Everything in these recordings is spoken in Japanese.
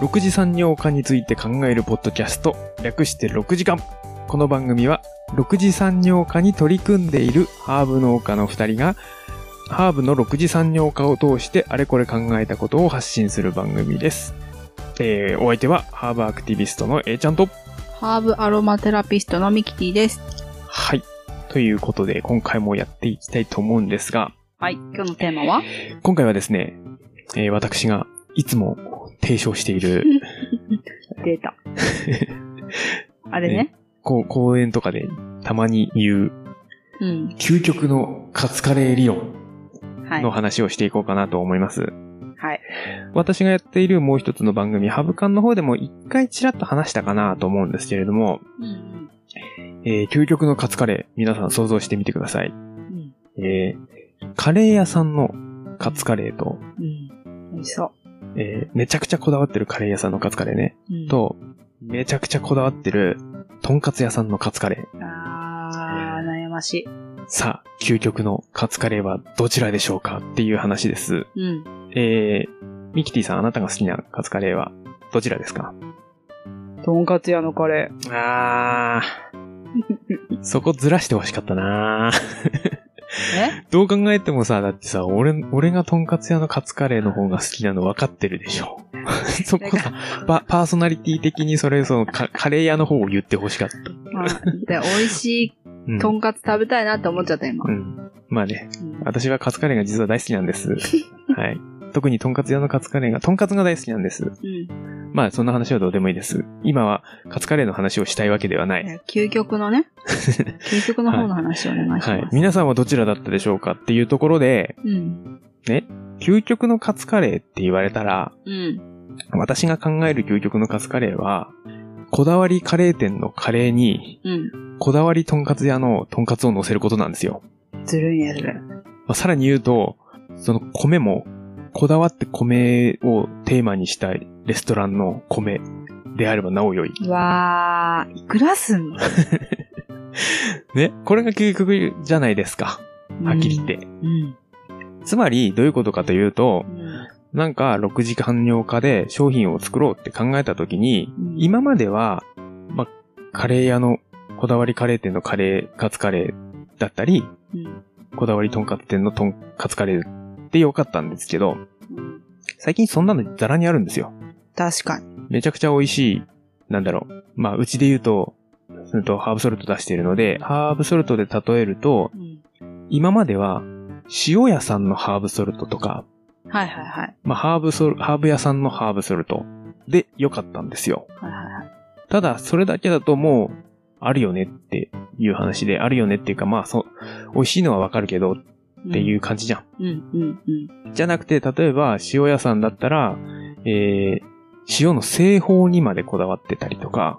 6次産業化について考えるポッドキャスト、略して6時間。この番組は6次産業化に取り組んでいるハーブ農家の2人がハーブの6次産業化を通してあれこれ考えたことを発信する番組です。お相手はハーブアクティビストの A ちゃんとハーブアロマテラピストのミキティです。 はい。ということで今回もやっていきたいと思うんですが、 はい。今日のテーマは？ 今回はですね、私がいつも提唱している出た。あれね。 講演とかでたまに言う、究極のカツカレー理論の話をしていこうかなと思います。 はい。 私がやっているもう一つの番組、ハブカンの方でも一回ちらっと話したかなと思うんですけれども、究極のカツカレー、皆さん想像してみてください。カレー屋さんのカツカレーと、 美味しそう。 めちゃくちゃこだわってるカレー屋さんのカツカレーね、と、めちゃくちゃこだわってるとんかつ屋さんのカツカレー。 悩ましい。 さあ、究極のカツカレーはどちらでしょうかっていう話です。ミキティさん、あなたが好きなカツカレーはどちらですか？ とんかつ屋のカレー。そこずらしてほしかったなどう考えてもさ、だってさ、俺がとんかつ屋のカツカレーの方が好きなの分かってるでしょ。そこさ、パーソナリティ的にそのカレー屋の方を言ってほしかった。 で、美味しいとんかつ食べたいなって思っちゃった今。 まあね、私はカツカレーが実は大好きなんです。はい。特にとんかつ屋のカツカレーが、とんかつが大好きなんです。まあそんな話はどうでもいいです。今はカツカレーの話をしたいわけではない。 究極のね。究極の方の話をお願いします。はい。 皆さんはどちらだったでしょうかっていうところで、ね、究極のカツカレーって言われたら、私が考える究極のカツカレーは、こだわりカレー店のカレーに、こだわりとんかつ屋のとんかつを乗せることなんですよ。 ずるいね、ずるい。 さらに言うと、その米も、こだわって米をテーマにしたレストランの米であればなお良い。 わー、いくらすんのね、これが究極じゃないですか。はっきり言って。つまり、どういうことかというと、なんか6次産業化で商品を作ろうって考えたときに、今までは、カレー屋のこだわりカレー店のカツカレーだったり、こだわりとんかつ店のとんかつカレーでよかったんですけど、最近そんなのザラにあるんですよ。 確かに。 めちゃくちゃ美味しい、うちで言うと、ハーブソルト出しているので、ハーブソルトで例えると、今までは塩屋さんのハーブソルトとか、ハーブ屋さんのハーブソルトでよかったんですよ。ただ、それだけだともう、あるよねっていう話で、あるよねっていうか、美味しいのはわかるけど、っていう感じじゃん。じゃなくて、例えば、塩屋さんだったら、塩の製法にまでこだわってたりとか、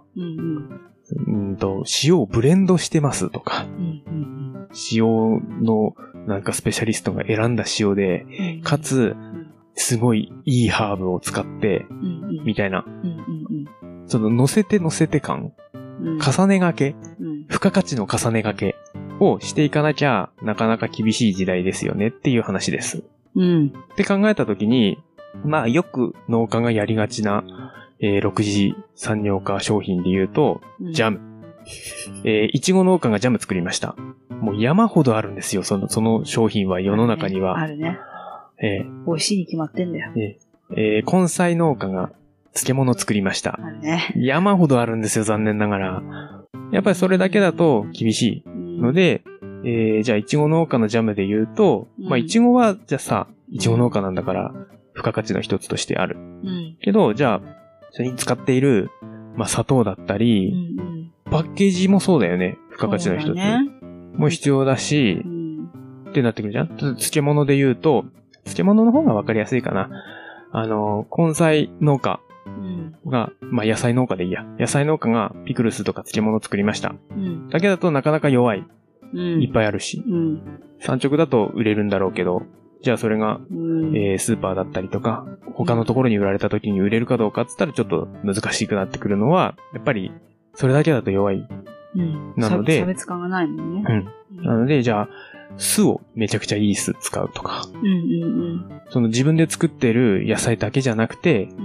塩をブレンドしてますとか、塩のスペシャリストが選んだ塩で、かつ、すごいいいハーブを使って、みたいな、その乗せて感、重ねがけ、付加価値の重ねがけをしていかなきゃなかなか厳しい時代ですよねっていう話です。って考えたときに、よく農家がやりがちな、6次産業化商品で言うと、ジャム。いちご農家がジャム作りました。もう山ほどあるんですよ、その商品は世の中には。 あるね。美味しいに決まってんだよ。 根菜農家が漬物作りました。 あるね。 山ほどあるんですよ、残念ながら。やっぱりそれだけだと厳しいので、じゃあいちご農家のジャムで言うと、いちごはじゃあさ、いちご農家なんだから付加価値の一つとしてある。けど、じゃあそれに使っている砂糖だったり、パッケージもそうだよね、付加価値の一つも必要だし、ってなってくるじゃん。漬物で言うと、漬物の方がわかりやすいかな。根菜農家が、野菜農家でいいや。野菜農家がピクルスとか漬物を作りました。だけだとなかなか弱い。いっぱいあるし。産直だと売れるんだろうけど、じゃあそれが、スーパーだったりとか、他のところに売られた時に売れるかどうかって言ったらちょっと難しくなってくるのは、やっぱりそれだけだと弱い。なので、 差別感がないもんね。 なので、じゃあ、酢をめちゃくちゃいい酢使うとか、その自分で作ってる野菜だけじゃなくて、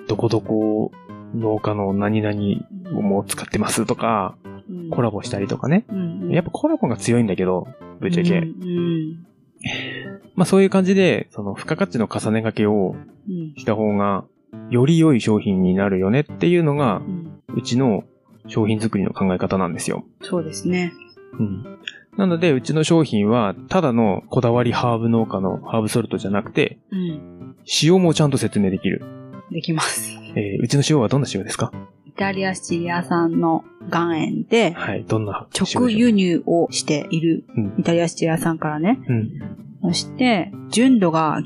どこどこ農家の何々をもう使ってますとか、コラボしたりとかね。やっぱコラボが強いんだけど、ぶっちゃけ。まあそういう感じで、その付加価値の重ね掛けをした方が、より良い商品になるよねっていうのが、うちの商品作りの考え方なんですよ。 そうですね。 なので、うちの商品は、ただのこだわりハーブ農家のハーブソルトじゃなくて、塩もちゃんと説明できる。 できます。 うちの塩はどんな塩ですか？ イタリア・シチリア産の岩塩で、 はい、どんな直輸入をしている、イタリア・シチリア産からね。そして、純度が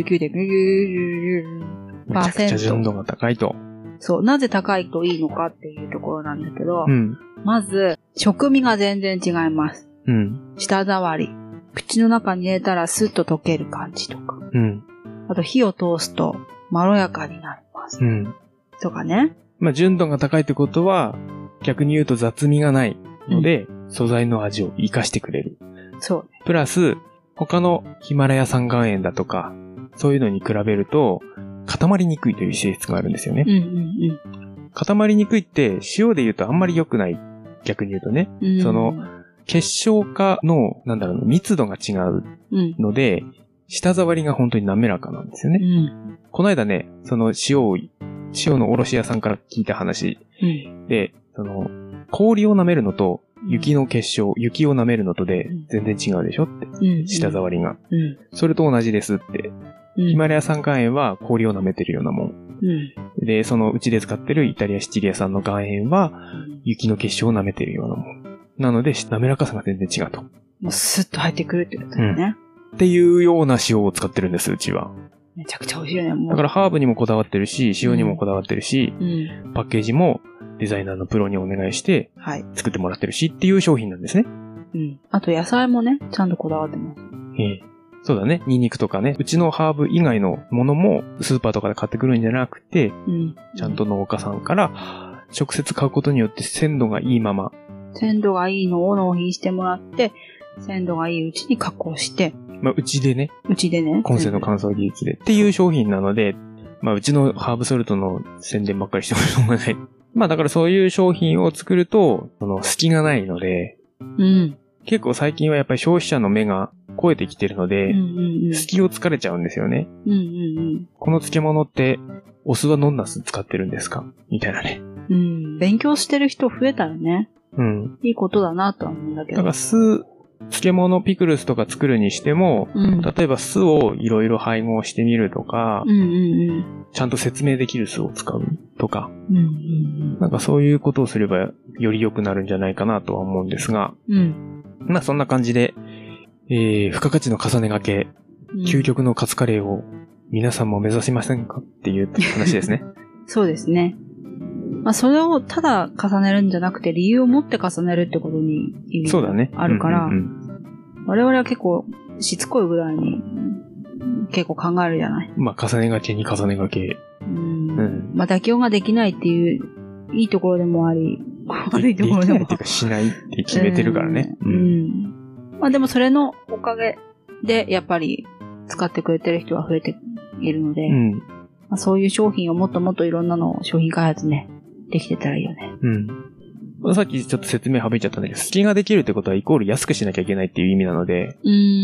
99.99%。 めちゃくちゃ純度が高いと。 そう、なぜ高いといいのかっていうところなんだけど、まず、食味が全然違います。舌触り。口の中に入れたらスッと溶ける感じとか。あと火を通すとまろやかになります。とかね。まあ、 純度が高いってことは、逆に言うと雑味がないので、素材の味を活かしてくれる。 そう。 プラス、他のヒマラヤ産岩塩だとか、そういうのに比べると、固まりにくいという性質があるんですよね。固まりにくいって塩で言うとあんまり良くない。逆に言うとね。その、結晶化の、密度が違うので、舌触りが本当に滑らかなんですよね。この間ね、その塩の卸屋さんから聞いた話で、その、氷を舐めるのと、雪の結晶、雪を舐めるのとで全然違うでしょって。舌触りが。それと同じですって。ヒマラヤ産岩塩は氷を舐めてるようなもん。で、そのうちで使ってるイタリア・シチリア産の岩塩は、雪の結晶を舐めてるようなもん。なので、滑らかさが全然違うと。 もうスッと入ってくるってことだよね。 っていうような塩を使ってるんです、うちは。 めちゃくちゃ美味しいよね、もう。 だからハーブにもこだわってるし、塩にもこだわってるし、パッケージもデザイナーのプロにお願いして、作ってもらってるしっていう商品なんですね。 あと野菜もね、ちゃんとこだわってます。 そうだね。ニンニクとかね。うちのハーブ以外のものもスーパーとかで買ってくるんじゃなくて、ちゃんと農家さんから直接買うことによって鮮度がいいまま。 鮮度がいいのを納品してもらって、鮮度がいいうちに加工して。 まあ、うちでね。 コンセの乾燥技術で。っていう商品なので、まあ、うちのハーブソルトの宣伝ばっかりしてもしょうがない。まあ、だからそういう商品を作ると、隙がないので、結構最近はやっぱり消費者の目が超えてきてるので、隙を突かれちゃうんですよね。この漬物って、お酢はどんな酢使ってるんですかみたいなね。 勉強してる人増えたらね。いいことだなとは思うんだけど。 だから漬物ピクルスとか作るにしても、例えば酢をいろいろ配合してみるとか、ちゃんと説明できる酢を使うとか、なんかそういうことをすればより良くなるんじゃないかなとは思うんですが、まあそんな感じで、付加価値の重ね掛け、究極のカツカレーを皆さんも目指しませんかっていう話ですね。 そうですね。まあそれをただ重ねるんじゃなくて理由を持って重ねるってことに意味があるから、我々は結構しつこいぐらいに結構考えるじゃない。 まあ重ね掛けに重ね掛け。 まあ妥協ができないっていういいところでもあり、悪いところでも。 できないっていうかしないって決めてるからね。 まあでもそれのおかげでやっぱり使ってくれてる人は増えているので、まあ、そういう商品をもっともっといろんなのを商品開発ね、できてたらいいよね。 さっきちょっと説明省いちゃったんだけど、隙ができるってことはイコール安くしなきゃいけないっていう意味なので、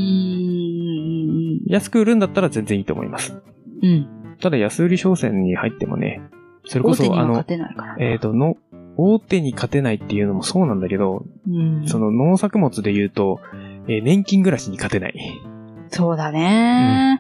安く売るんだったら全然いいと思います。ただ安売り商戦に入ってもね、それこそ大手には勝てないから。 大手に勝てないっていうのもそうなんだけど、その農作物で言うと、年金暮らしに勝てない。 そうだね、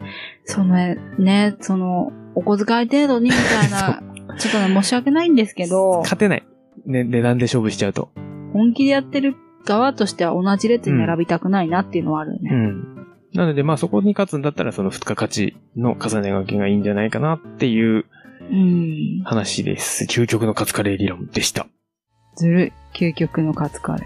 お小遣い程度にみたいな、ちょっとね、申し訳ないんですけど。 勝てない。ね、値段で勝負しちゃうと。 本気でやってる側としては同じ列に選びたくないなっていうのはあるよね。 なので、まあそこに勝つんだったらその付加価値の重ね掛けがいいんじゃないかなっていう話です。究極のカツカレー理論でした。 ずるい。究極のカツカレー。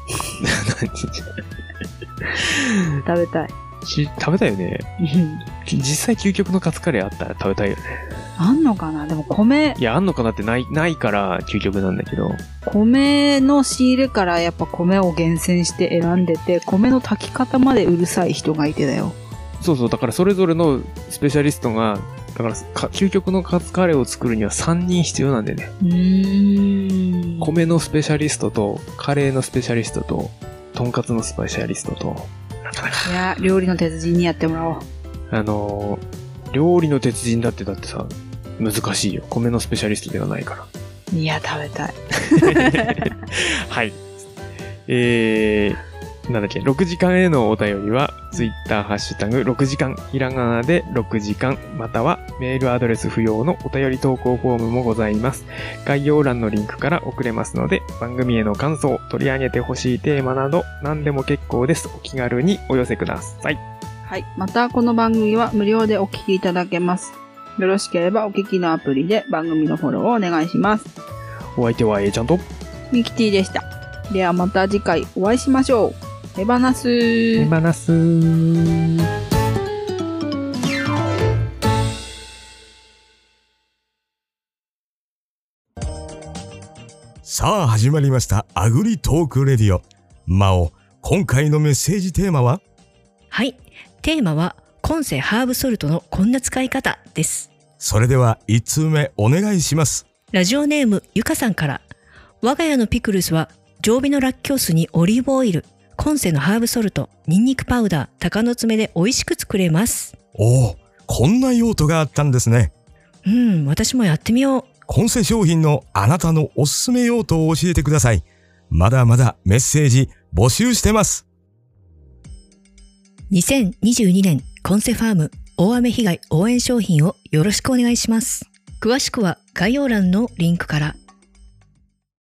食べたい。 食べたいよね。実際究極のカツカレーあったら食べたいよね。 あんのかなでも米。 いや、あんのかなってないから究極なんだけど。 米の仕入れからやっぱ米を厳選して選んでて、米の炊き方までうるさい人がいてだよ。 そうそう、だからそれぞれのスペシャリストがだから究極のカツカレーを作るには3人必要なんでね。米のスペシャリストと、カレーのスペシャリストと、とんかつのスペシャリストと、なかなか。 いや、料理の鉄人にやってもらおう。料理の鉄人だってさ、難しいよ。米のスペシャリストではないから。 いや、食べたい。 はい。なんだっけ、6時間へのお便りは、ツイッターハッシュタグ6時間、ひらがなで6時間、またはメールアドレス不要のお便り投稿フォームもございます。概要欄のリンクから送れますので、番組への感想、取り上げてほしいテーマなど、何でも結構です。お気軽にお寄せください。 はい。また、この番組は無料でお聞きいただけます。よろしければお聞きのアプリで番組のフォローをお願いします。 お相手はAちゃんとミキティでした。ではまた次回お会いしましょう。手放す。 さあ始まりましたアグリトークレディオ。マオ、今回のメッセージテーマは？ はい、テーマは今世ハーブソルトのこんな使い方です。 それでは1通目お願いします。 ラジオネームゆかさんから、我が家のピクルスは常備のラッキョウ酢にオリーブオイル、今世のハーブソルト、ニンニクパウダー、鷹の爪で美味しく作れます。 おお、こんな用途があったんですね。 私もやってみよう。 今世商品のあなたのおすすめ用途を教えてください。まだまだメッセージ募集してます。 2022年今世ファーム大雨被害応援商品をよろしくお願いします。詳しくは概要欄のリンクから。